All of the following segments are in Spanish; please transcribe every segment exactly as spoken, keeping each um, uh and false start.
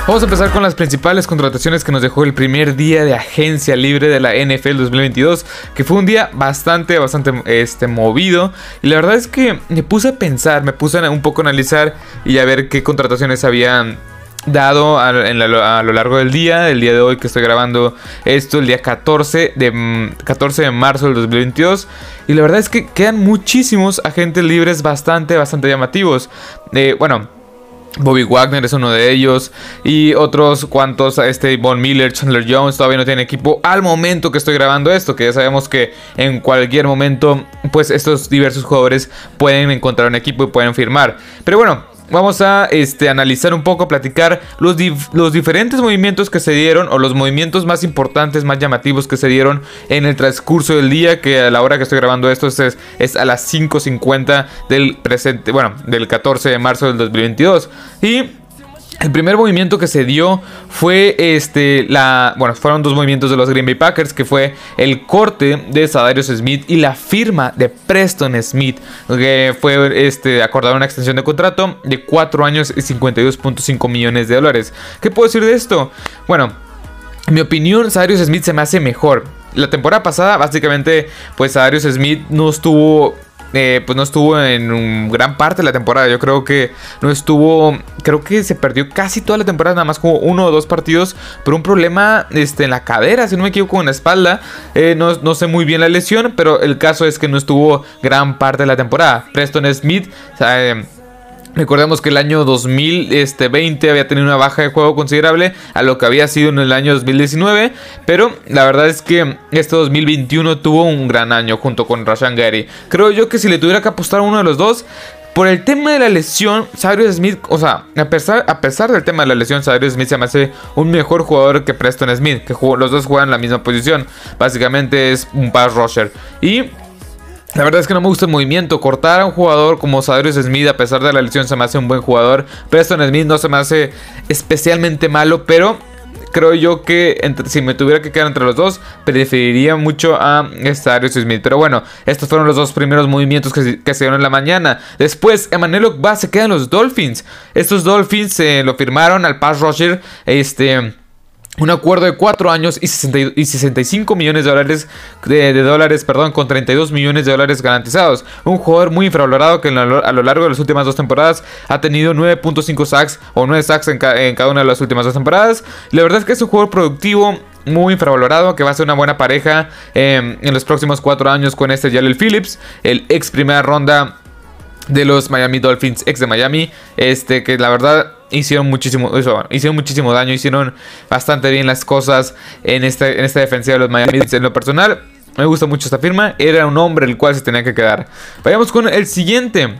Vamos a empezar con las principales contrataciones que nos dejó el primer día de agencia libre de la N F L dos mil veintidós, que fue un día bastante, bastante este, movido. Y la verdad es que me puse a pensar, me puse a un poco a analizar y a ver qué contrataciones habían dado a, en la, a lo largo del día, el día de hoy que estoy grabando esto, el día catorce de marzo del dos mil veintidós. Y la verdad es que quedan muchísimos agentes libres bastante, bastante llamativos. Eh, bueno... Bobby Wagner es uno de ellos. Y otros cuantos, este Von Miller, Chandler Jones, todavía no tienen equipo al momento que estoy grabando esto. Que ya sabemos que en cualquier momento, pues estos diversos jugadores pueden encontrar un equipo y pueden firmar. Pero bueno, vamos a este, analizar un poco, platicar los, dif los diferentes movimientos que se dieron, o los movimientos más importantes, más llamativos que se dieron en el transcurso del día, que a la hora que estoy grabando esto es, es a las cinco cincuenta del presente, bueno, del catorce de marzo del dos mil veintidós. Y el primer movimiento que se dio fue este, la, bueno, fueron dos movimientos de los Green Bay Packers, que fue el corte de Za'Darius Smith y la firma de Preston Smith, que fue este, acordar una extensión de contrato de cuatro años y cincuenta y dos punto cinco millones de dólares. ¿Qué puedo decir de esto? Bueno, en mi opinión, Za'Darius Smith se me hace mejor. La temporada pasada, básicamente, pues Za'Darius Smith no estuvo... Eh, pues no estuvo en un gran parte de la temporada. Yo creo que no estuvo. Creo que se perdió casi toda la temporada. Nada más como uno o dos partidos por un problema este, en la cadera, si no me equivoco, en la espalda. eh, no, no sé muy bien la lesión, pero el caso es que no estuvo gran parte de la temporada. Preston Smith, o sea, eh, recordemos que el año dos mil veinte había tenido una baja de juego considerable a lo que había sido en el año dos mil diecinueve. Pero la verdad es que este dos mil veintiuno tuvo un gran año junto con Rashan Gary. Creo yo que si le tuviera que apostar a uno de los dos, por el tema de la lesión, Za'Darius Smith, o sea, a pesar, a pesar del tema de la lesión, Za'Darius Smith se me hace un mejor jugador que Preston Smith, que jugó, los dos juegan en la misma posición. Básicamente es un pass rusher. Y la verdad es que no me gusta el movimiento. Cortar a un jugador como Za'Darius Smith, a pesar de la lesión, se me hace un buen jugador. Preston Smith no se me hace especialmente malo, pero creo yo que entre, si me tuviera que quedar entre los dos, preferiría mucho a Za'Darius Smith. Pero bueno, estos fueron los dos primeros movimientos que, que se dieron en la mañana. Después, Emmanuel Ogbah se quedan los Dolphins. Estos Dolphins eh, lo firmaron al pass rusher, este... un acuerdo de cuatro años y, sesenta y sesenta y cinco millones de dólares, de, de dólares perdón, con treinta y dos millones de dólares garantizados. Un jugador muy infravalorado que a lo largo de las últimas dos temporadas ha tenido nueve punto cinco sacks o nueve sacks en, ca en cada una de las últimas dos temporadas. La verdad es que es un jugador productivo, muy infravalorado, que va a ser una buena pareja eh, en los próximos cuatro años con este Jaleel Phillips, el ex primera ronda de los Miami Dolphins, ex de Miami, este que la verdad hicieron muchísimo, eso, hicieron muchísimo daño, hicieron bastante bien las cosas en, este, en esta defensiva de los Miami. En lo personal, me gusta mucho esta firma. Era un hombre el cual se tenía que quedar. Vayamos con el siguiente,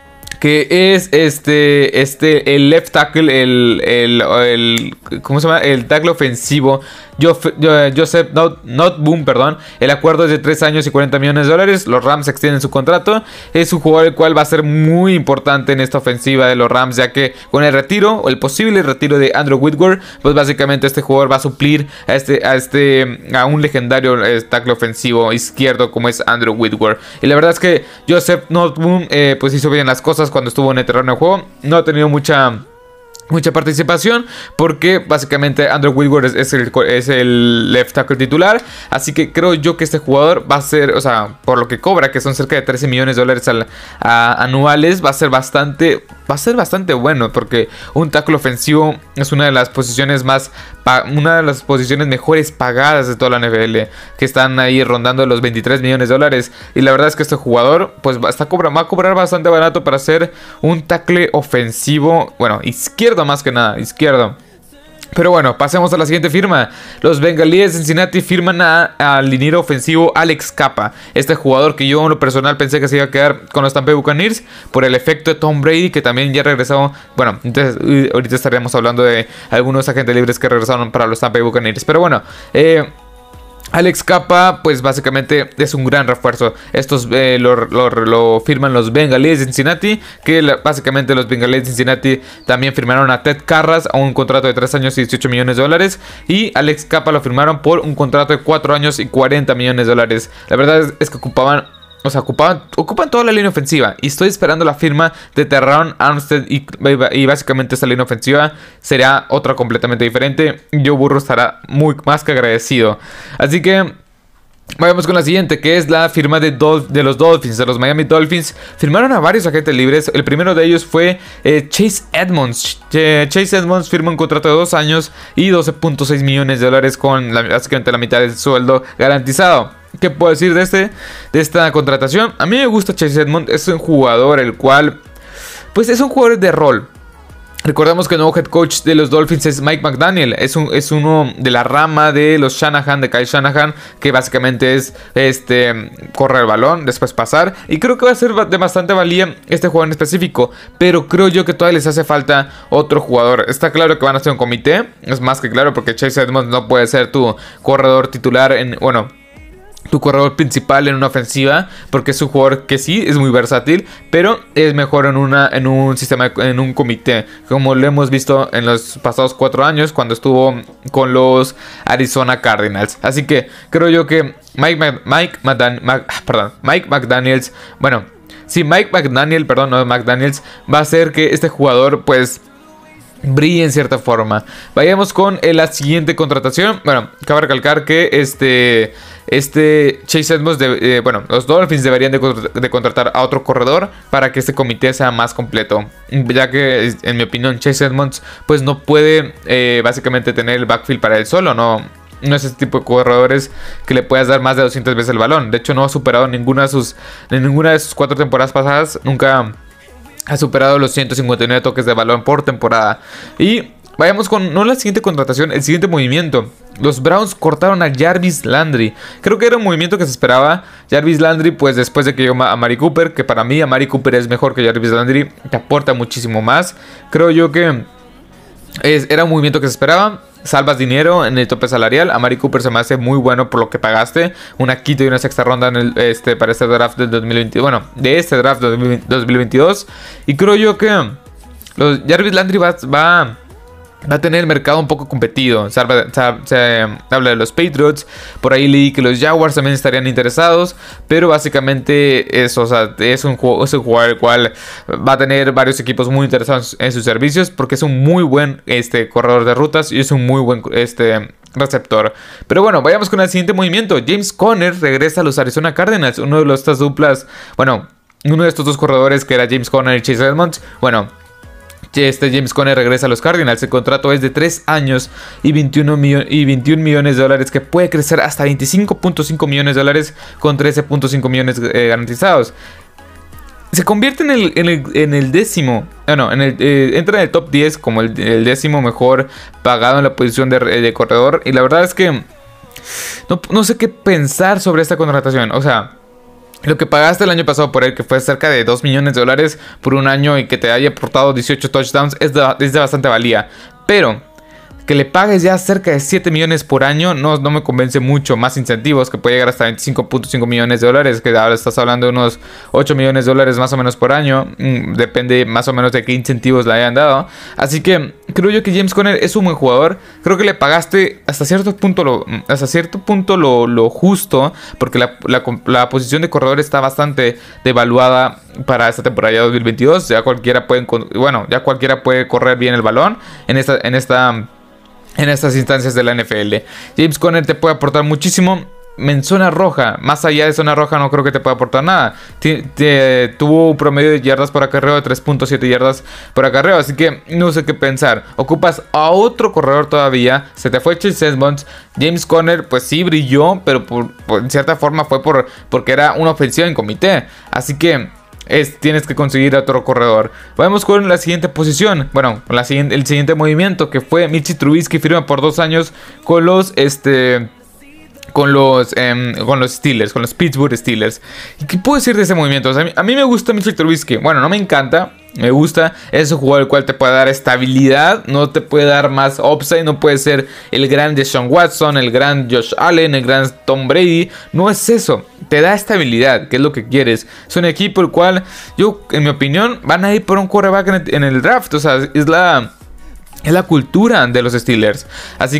que es este, este, el left tackle, el, el, el ¿cómo se llama? El tackle ofensivo, Joseph Noteboom, perdón. El acuerdo es de tres años y cuarenta millones de dólares. Los Rams extienden su contrato. Es un jugador el cual va a ser muy importante en esta ofensiva de los Rams, ya que con el retiro, o el posible retiro de Andrew Whitworth, pues básicamente este jugador va a suplir a este, a este, a un legendario eh, tackle ofensivo izquierdo como es Andrew Whitworth. Y la verdad es que Joseph Noteboom eh, pues hizo bien las cosas cuando estuvo en el terreno de juego. No ha tenido mucha... mucha participación, porque básicamente Andrew Whitworth es, es, el, es el left tackle titular. Así que creo yo que este jugador va a ser, o sea, por lo que cobra, que son cerca de trece millones de dólares al, a, anuales, va a ser bastante, va a ser bastante bueno, porque un tackle ofensivo es una de las posiciones más, una de las posiciones mejores pagadas de toda la N F L, que están ahí rondando los veintitrés millones de dólares. Y la verdad es que este jugador, pues va, está cobra, va a cobrar bastante barato para ser un tackle ofensivo, bueno, izquierdo más que nada, izquierdo. Pero bueno, pasemos a la siguiente firma. Los Bengalíes de Cincinnati firman al liniero ofensivo Alex Capa. Este jugador que yo en lo personal pensé que se iba a quedar con los Tampa Bay Buccaneers por el efecto de Tom Brady, que también ya regresó. Bueno, entonces ahorita estaríamos hablando de algunos agentes libres que regresaron para los Tampa Bay Buccaneers. Pero bueno, eh... Alex Capa, pues básicamente es un gran refuerzo. Estos eh, lo, lo, lo firman los Bengalíes de Cincinnati, que la, básicamente los Bengalíes de Cincinnati también firmaron a Ted Karras a un contrato de tres años y dieciocho millones de dólares. Y Alex Capa lo firmaron por un contrato de cuatro años y cuarenta millones de dólares. La verdad es, es que ocupaban O sea, ocupaban, ocupan toda la línea ofensiva. Y estoy esperando la firma de Terron Armstead. Y, y básicamente esta línea ofensiva será otra completamente diferente. Joe Burrow estará muy más que agradecido. Así que vayamos con la siguiente, que es la firma de, Dol de los Dolphins, de los Miami Dolphins. Firmaron a varios agentes libres. El primero de ellos fue eh, Chase Edmonds. Ch Chase Edmonds firma un contrato de dos años y doce punto seis millones de dólares con la, básicamente la mitad del sueldo garantizado. ¿Qué puedo decir de, este, de esta contratación? A mí me gusta Chase Edmonds. Es un jugador el cual, pues es un jugador de rol. Recordamos que el nuevo head coach de los Dolphins es Mike McDaniel. Es, un, es uno de la rama de los Shanahan, de Kyle Shanahan, que básicamente es este correr el balón, después pasar. Y creo que va a ser de bastante valía este jugador en específico. Pero creo yo que todavía les hace falta otro jugador. Está claro que van a hacer un comité. Es más que claro, porque Chase Edmonds no puede ser tu corredor titular en... bueno, tu corredor principal en una ofensiva, porque es un jugador que sí es muy versátil, pero es mejor en una en un sistema, en un comité, como lo hemos visto en los pasados cuatro años cuando estuvo con los Arizona Cardinals. Así que creo yo que Mike Mike McDan, Mac, perdón, Mike McDaniels, bueno, sí Mike McDaniel, perdón, no McDaniels, va a hacer que este jugador pues brille en cierta forma. Vayamos con eh, la siguiente contratación. Bueno, cabe recalcar que este Este Chase Edmonds, de, eh, bueno, los Dolphins deberían de, de contratar a otro corredor para que este comité sea más completo, ya que en mi opinión Chase Edmonds pues no puede eh, básicamente tener el backfield para él solo. No, no es ese tipo de corredores que le puedas dar más de doscientas veces el balón. De hecho no ha superado ninguna de sus, en ninguna de sus cuatro temporadas pasadas. Nunca ha superado los ciento cincuenta y nueve toques de balón por temporada. Y vayamos con, no la siguiente contratación, el siguiente movimiento. Los Browns cortaron a Jarvis Landry. Creo que era un movimiento que se esperaba. Jarvis Landry, pues después de que llegó a Amari Cooper, que para mí Amari Cooper es mejor que Jarvis Landry, te aporta muchísimo más. Creo yo que es, era un movimiento que se esperaba. Salvas dinero en el tope salarial. Amari Cooper se me hace muy bueno por lo que pagaste. Una quinta y una sexta ronda en el, este, para este draft del dos mil veinte. Bueno, de este draft del dos mil veintidós. Y creo yo que los Jarvis Landry va, va, va a tener el mercado un poco competido. Se habla, se, se habla de los Patriots. Por ahí leí que los Jaguars también estarían interesados. Pero básicamente eso, o sea, es un, es un jugador el cual va a tener varios equipos muy interesados en sus servicios. Porque es un muy buen este, corredor de rutas y es un muy buen este, receptor. Pero bueno, vayamos con el siguiente movimiento. James Conner regresa a los Arizona Cardinals. Uno de los, estas duplas, bueno, uno de estos dos corredores que era James Conner y Chase Edmonds. Bueno, este James Conner regresa a los Cardinals. El contrato es de tres años y veintiuno, millo y veintiún millones de dólares, que puede crecer hasta veinticinco punto cinco millones de dólares con trece punto cinco millones eh, garantizados. Se convierte en el, en el, en el décimo, no, no, en el, eh, entra en el top diez como el, el décimo mejor pagado en la posición de, de corredor. Y la verdad es que no, no sé qué pensar sobre esta contratación. O sea, lo que pagaste el año pasado por él, que fue cerca de dos millones de dólares por un año y que te haya aportado dieciocho touchdowns, es de, es de bastante valía. Pero que le pagues ya cerca de siete millones por año no, no me convence mucho. Más incentivos, que puede llegar hasta veinticinco punto cinco millones de dólares, que ahora estás hablando de unos ocho millones de dólares más o menos por año. Mm, depende más o menos de qué incentivos le hayan dado. Así que creo yo que James Conner es un buen jugador. Creo que le pagaste hasta cierto punto lo, hasta cierto punto lo, lo justo, porque la, la, la posición de corredor está bastante devaluada para esta temporada dos mil veintidós. Ya cualquiera puede, bueno, ya cualquiera puede correr bien el balón en esta, en esta En estas instancias de la N F L. James Conner te puede aportar muchísimo. En zona roja, más allá de zona roja, no creo que te pueda aportar nada. T -t tuvo un promedio de yardas por acarreo de tres punto siete yardas por acarreo. Así que no sé qué pensar. Ocupas a otro corredor todavía. Se te fue Chase Edmonds. James Conner, pues sí brilló, pero por, por, en cierta forma fue por, porque era una ofensiva en comité. Así que Es, tienes que conseguir otro corredor. Vamos con la siguiente posición. Bueno, con la siguiente, el siguiente movimiento, que fue Mitchell Trubisky, firma por dos años con los este con los eh, con los Steelers, con los Pittsburgh Steelers. ¿Y qué puedo decir de ese movimiento? O sea, a, mí, a mí me gusta Mitchell Trubisky. Bueno, no me encanta, me gusta. Es un jugador el cual te puede dar estabilidad, no te puede dar más upside. No puede ser el gran Deshaun Watson, el gran Josh Allen, el gran Tom Brady. No es eso. Te da estabilidad, que es lo que quieres. Es un equipo el cual, yo, en mi opinión, van a ir por un quarterback en el, en el draft. O sea, es la, es la cultura de los Steelers. Así que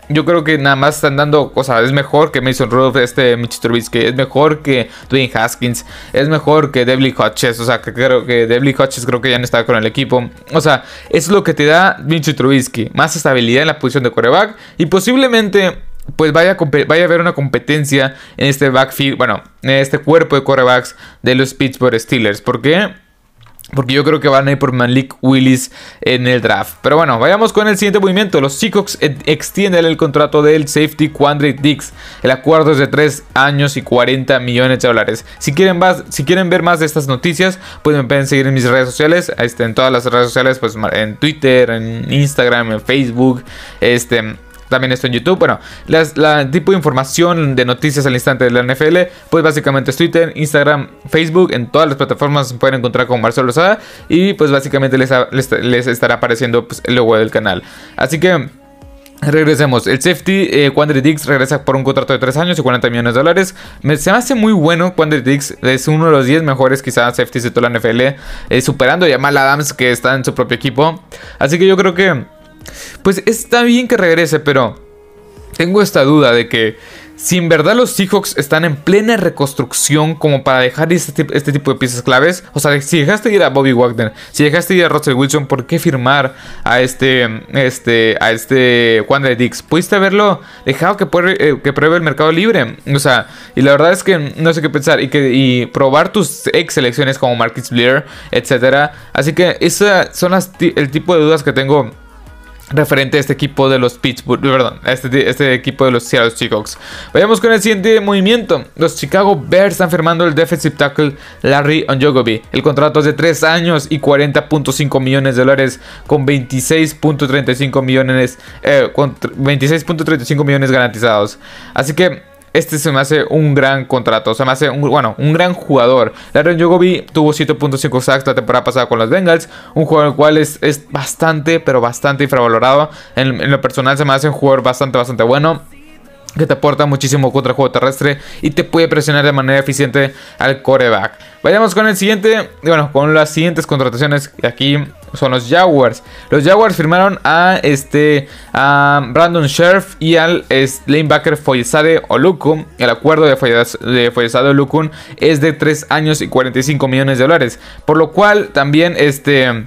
yo creo que nada más están dando, o sea, es mejor que Mason Rudolph, este Mitch Trubisky, es mejor que Dwayne Haskins, es mejor que Devlin Hodges, o sea, que creo que Devlin Hodges creo que ya no está con el equipo. O sea, es lo que te da Mitch Trubisky, más estabilidad en la posición de quarterback y posiblemente pues vaya a, vaya a haber una competencia en este backfield, bueno, en este cuerpo de quarterbacks de los Pittsburgh Steelers. ¿Por qué? Porque yo creo que van a ir por Malik Willis en el draft. Pero bueno, vayamos con el siguiente movimiento. Los Seahawks extienden el contrato del safety Quandre Diggs. El acuerdo es de tres años y cuarenta millones de dólares. Si quieren, más, si quieren ver más de estas noticias, pues me pueden seguir en mis redes sociales. Este, en todas las redes sociales, pues en Twitter, en Instagram, en Facebook. Este... También estoy en YouTube. Bueno, las, la tipo de información de noticias al instante de la N F L, pues básicamente es Twitter, Instagram, Facebook. En todas las plataformas se pueden encontrar con Marcelo Lozada. Y pues básicamente les, les, les estará apareciendo pues, el logo del canal. Así que regresemos. El safety eh, Quandre Diggs regresa por un contrato de tres años y cuarenta millones de dólares. Me, se me hace muy bueno. Quandre Diggs es uno de los diez mejores quizás safeties de toda la N F L, eh, superando a Jamal Adams, que está en su propio equipo. Así que yo creo que pues está bien que regrese, pero tengo esta duda de que si en verdad los Seahawks están en plena reconstrucción como para dejar este, este tipo de piezas claves. O sea, si dejaste ir a Bobby Wagner, si dejaste ir a Russell Wilson, ¿por qué firmar a este este a este Quandre Diggs? Pudiste haberlo dejado que, pruebe, eh, que pruebe el mercado libre. O sea, y la verdad es que no sé qué pensar. Y, que, y probar tus ex selecciones como Marquise Blair, etcétera. Así que esas son las, el tipo de dudas que tengo referente a este equipo de los Pittsburgh, perdón, a este, este equipo de los Seattle Seahawks. Vayamos con el siguiente movimiento. Los Chicago Bears están firmando el defensive tackle Larry Onjogobi. El contrato es de tres años y cuarenta punto cinco millones de dólares con veintiséis punto treinta y cinco millones, eh, con veintiséis punto treinta y cinco millones garantizados. Así que este se me hace un gran contrato, se me hace un, bueno, un gran jugador. Larry Onjogobi tuvo siete punto cinco sacks la temporada pasada con los Bengals. Un jugador el cual es, es bastante, pero bastante infravalorado. En, en lo personal se me hace un jugador bastante, bastante bueno, que te aporta muchísimo contra el juego terrestre y te puede presionar de manera eficiente al quarterback. Vayamos con el siguiente, bueno, con las siguientes contrataciones. Aquí son los Jaguars. Los Jaguars firmaron a este a Brandon Scherff y al es, linebacker Foyesade Olukun. El acuerdo de Foyesade Olukun es de tres años y cuarenta y cinco millones de dólares, por lo cual también este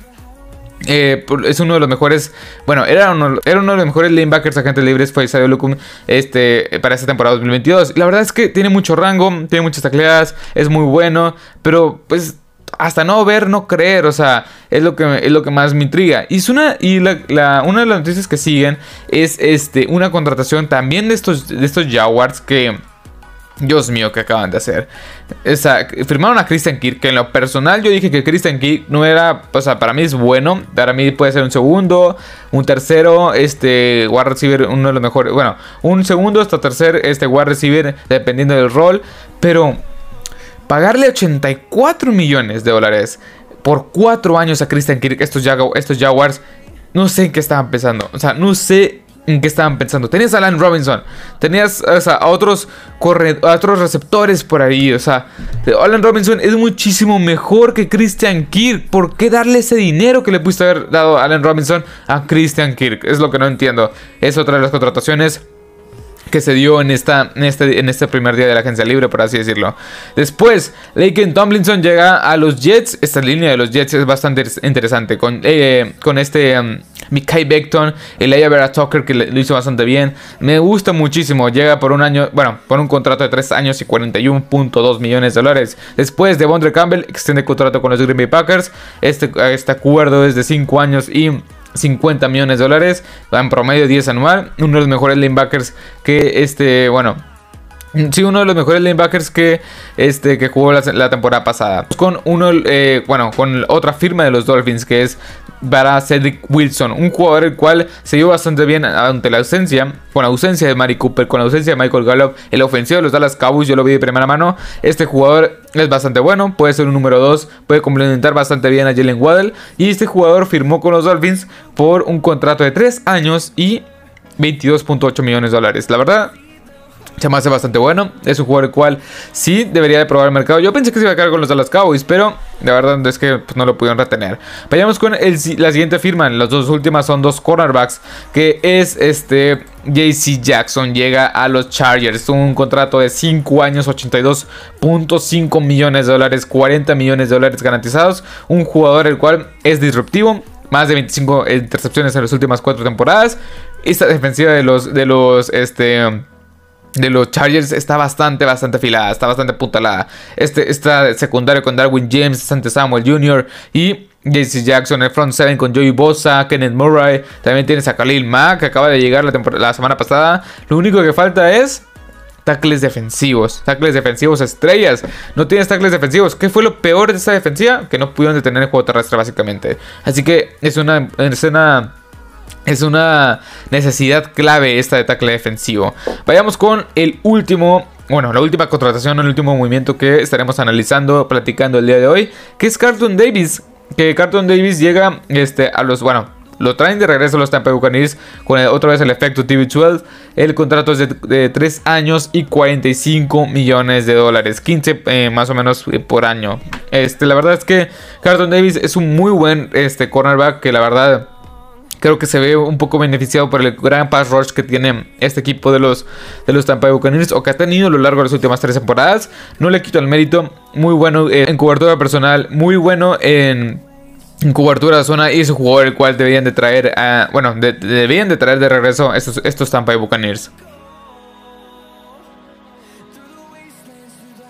Eh, es uno de los mejores, bueno, era uno, era uno de los mejores linebackers agentes libres, fue Isaiah Olukun, este, para esta temporada dos mil veintidós. La verdad es que tiene mucho rango, tiene muchas tacleadas, es muy bueno, pero pues hasta no ver, no creer, o sea, es lo que, es lo que más me intriga. Y, es una, y la, la, una de las noticias que siguen es este, una contratación también de estos, de estos Jaguars que... Dios mío, ¿qué acaban de hacer? O sea, firmaron a Christian Kirk, que en lo personal yo dije que Christian Kirk no era, o sea, para mí es bueno. Para mí puede ser un segundo, un tercero, este, wide receiver, uno de los mejores. Bueno, un segundo hasta tercer, este, wide receiver, dependiendo del rol. Pero pagarle ochenta y cuatro millones de dólares por cuatro años a Christian Kirk, estos, Jag estos Jaguars, no sé en qué estaban pensando. O sea, no sé en qué estaban pensando. Tenías a Allen Robinson, tenías, o sea, a otros corre a otros receptores por ahí. O sea, Allen Robinson es muchísimo mejor que Christian Kirk. ¿Por qué darle ese dinero que le pudiste haber dado a Allen Robinson a Christian Kirk? Es lo que no entiendo. Es otra de las contrataciones que se dio en, esta, en, este, en este primer día de la agencia libre, por así decirlo. Después, Laken Tomlinson llega a los Jets. Esta línea de los Jets es bastante interesante. Con, eh, con este um, Mekhi Becton, Elijah Vera Tucker, que lo hizo bastante bien. Me gusta muchísimo. Llega por un año, bueno, por un contrato de tres años y cuarenta y uno punto dos millones de dólares. Después, Devondre Campbell extiende el contrato con los Green Bay Packers. Este, este acuerdo es de cinco años y cincuenta millones de dólares, en promedio diez anual. Uno de los mejores linebackers que este, bueno, sí, uno de los mejores linebackers que este que jugó la, la temporada pasada. Con uno, eh, bueno, con otra firma de los Dolphins, que es para Cedric Wilson, un jugador el cual se dio bastante bien ante la ausencia, con la ausencia de Mari Cooper, con la ausencia de Michael Gallup, el ofensivo de los Dallas Cowboys. Yo lo vi de primera mano. Este jugador es bastante bueno, puede ser un número dos, puede complementar bastante bien a Jalen Waddle. Y este jugador firmó con los Dolphins por un contrato de tres años y veintidós punto ocho millones de dólares. La verdad, Se me hace bastante bueno. Es un jugador el cual sí debería de probar el mercado. Yo pensé que se iba a quedar con los Dallas Cowboys, pero la verdad es que pues, no lo pudieron retener. Vayamos con el, la siguiente firma. Las dos últimas son dos cornerbacks, que es este J C Jackson. Llega a los Chargers. Un contrato de cinco años, ochenta y dos punto cinco millones de dólares, cuarenta millones de dólares garantizados. Un jugador el cual es disruptivo. Más de veinticinco intercepciones en las últimas cuatro temporadas. Esta defensiva de los... De los este... de los Chargers está bastante, bastante afilada, está bastante apuntalada. Este, esta secundaria con Darwin James, Sante Samuel junior y J C Jackson, el front seven con Joey Bosa, Kenneth Murray. También tienes a Khalil Mack, que acaba de llegar la, la semana pasada. Lo único que falta es tackles defensivos, tackles defensivos estrellas. No tienes tackles defensivos. ¿Qué fue lo peor de esta defensiva? Que no pudieron detener el juego terrestre básicamente. Así que es una... Es una Es una necesidad clave esta de tackle defensivo. Vayamos con el último, bueno, la última contratación, el último movimiento que estaremos analizando, platicando el día de hoy, que es Carlton Davis. Que Carlton Davis llega este, a los, bueno, lo traen de regreso a los Tampa Bay Buccaneers con el, otra vez el efecto T B doce. El contrato es de, de tres años y cuarenta y cinco millones de dólares, quince eh, más o menos eh, por año. Este, la verdad es que Carlton Davis es un muy buen este, cornerback que la verdad... creo que se ve un poco beneficiado por el gran pass rush que tiene este equipo de los, de los Tampa Bay Buccaneers, o que ha tenido a lo largo de las últimas tres temporadas. No le quito el mérito. Muy bueno en cobertura personal, muy bueno en, en cobertura de zona, y es un jugador el cual deberían de traer a, bueno, de, de, deberían de traer de regreso estos, estos Tampa Bay Buccaneers.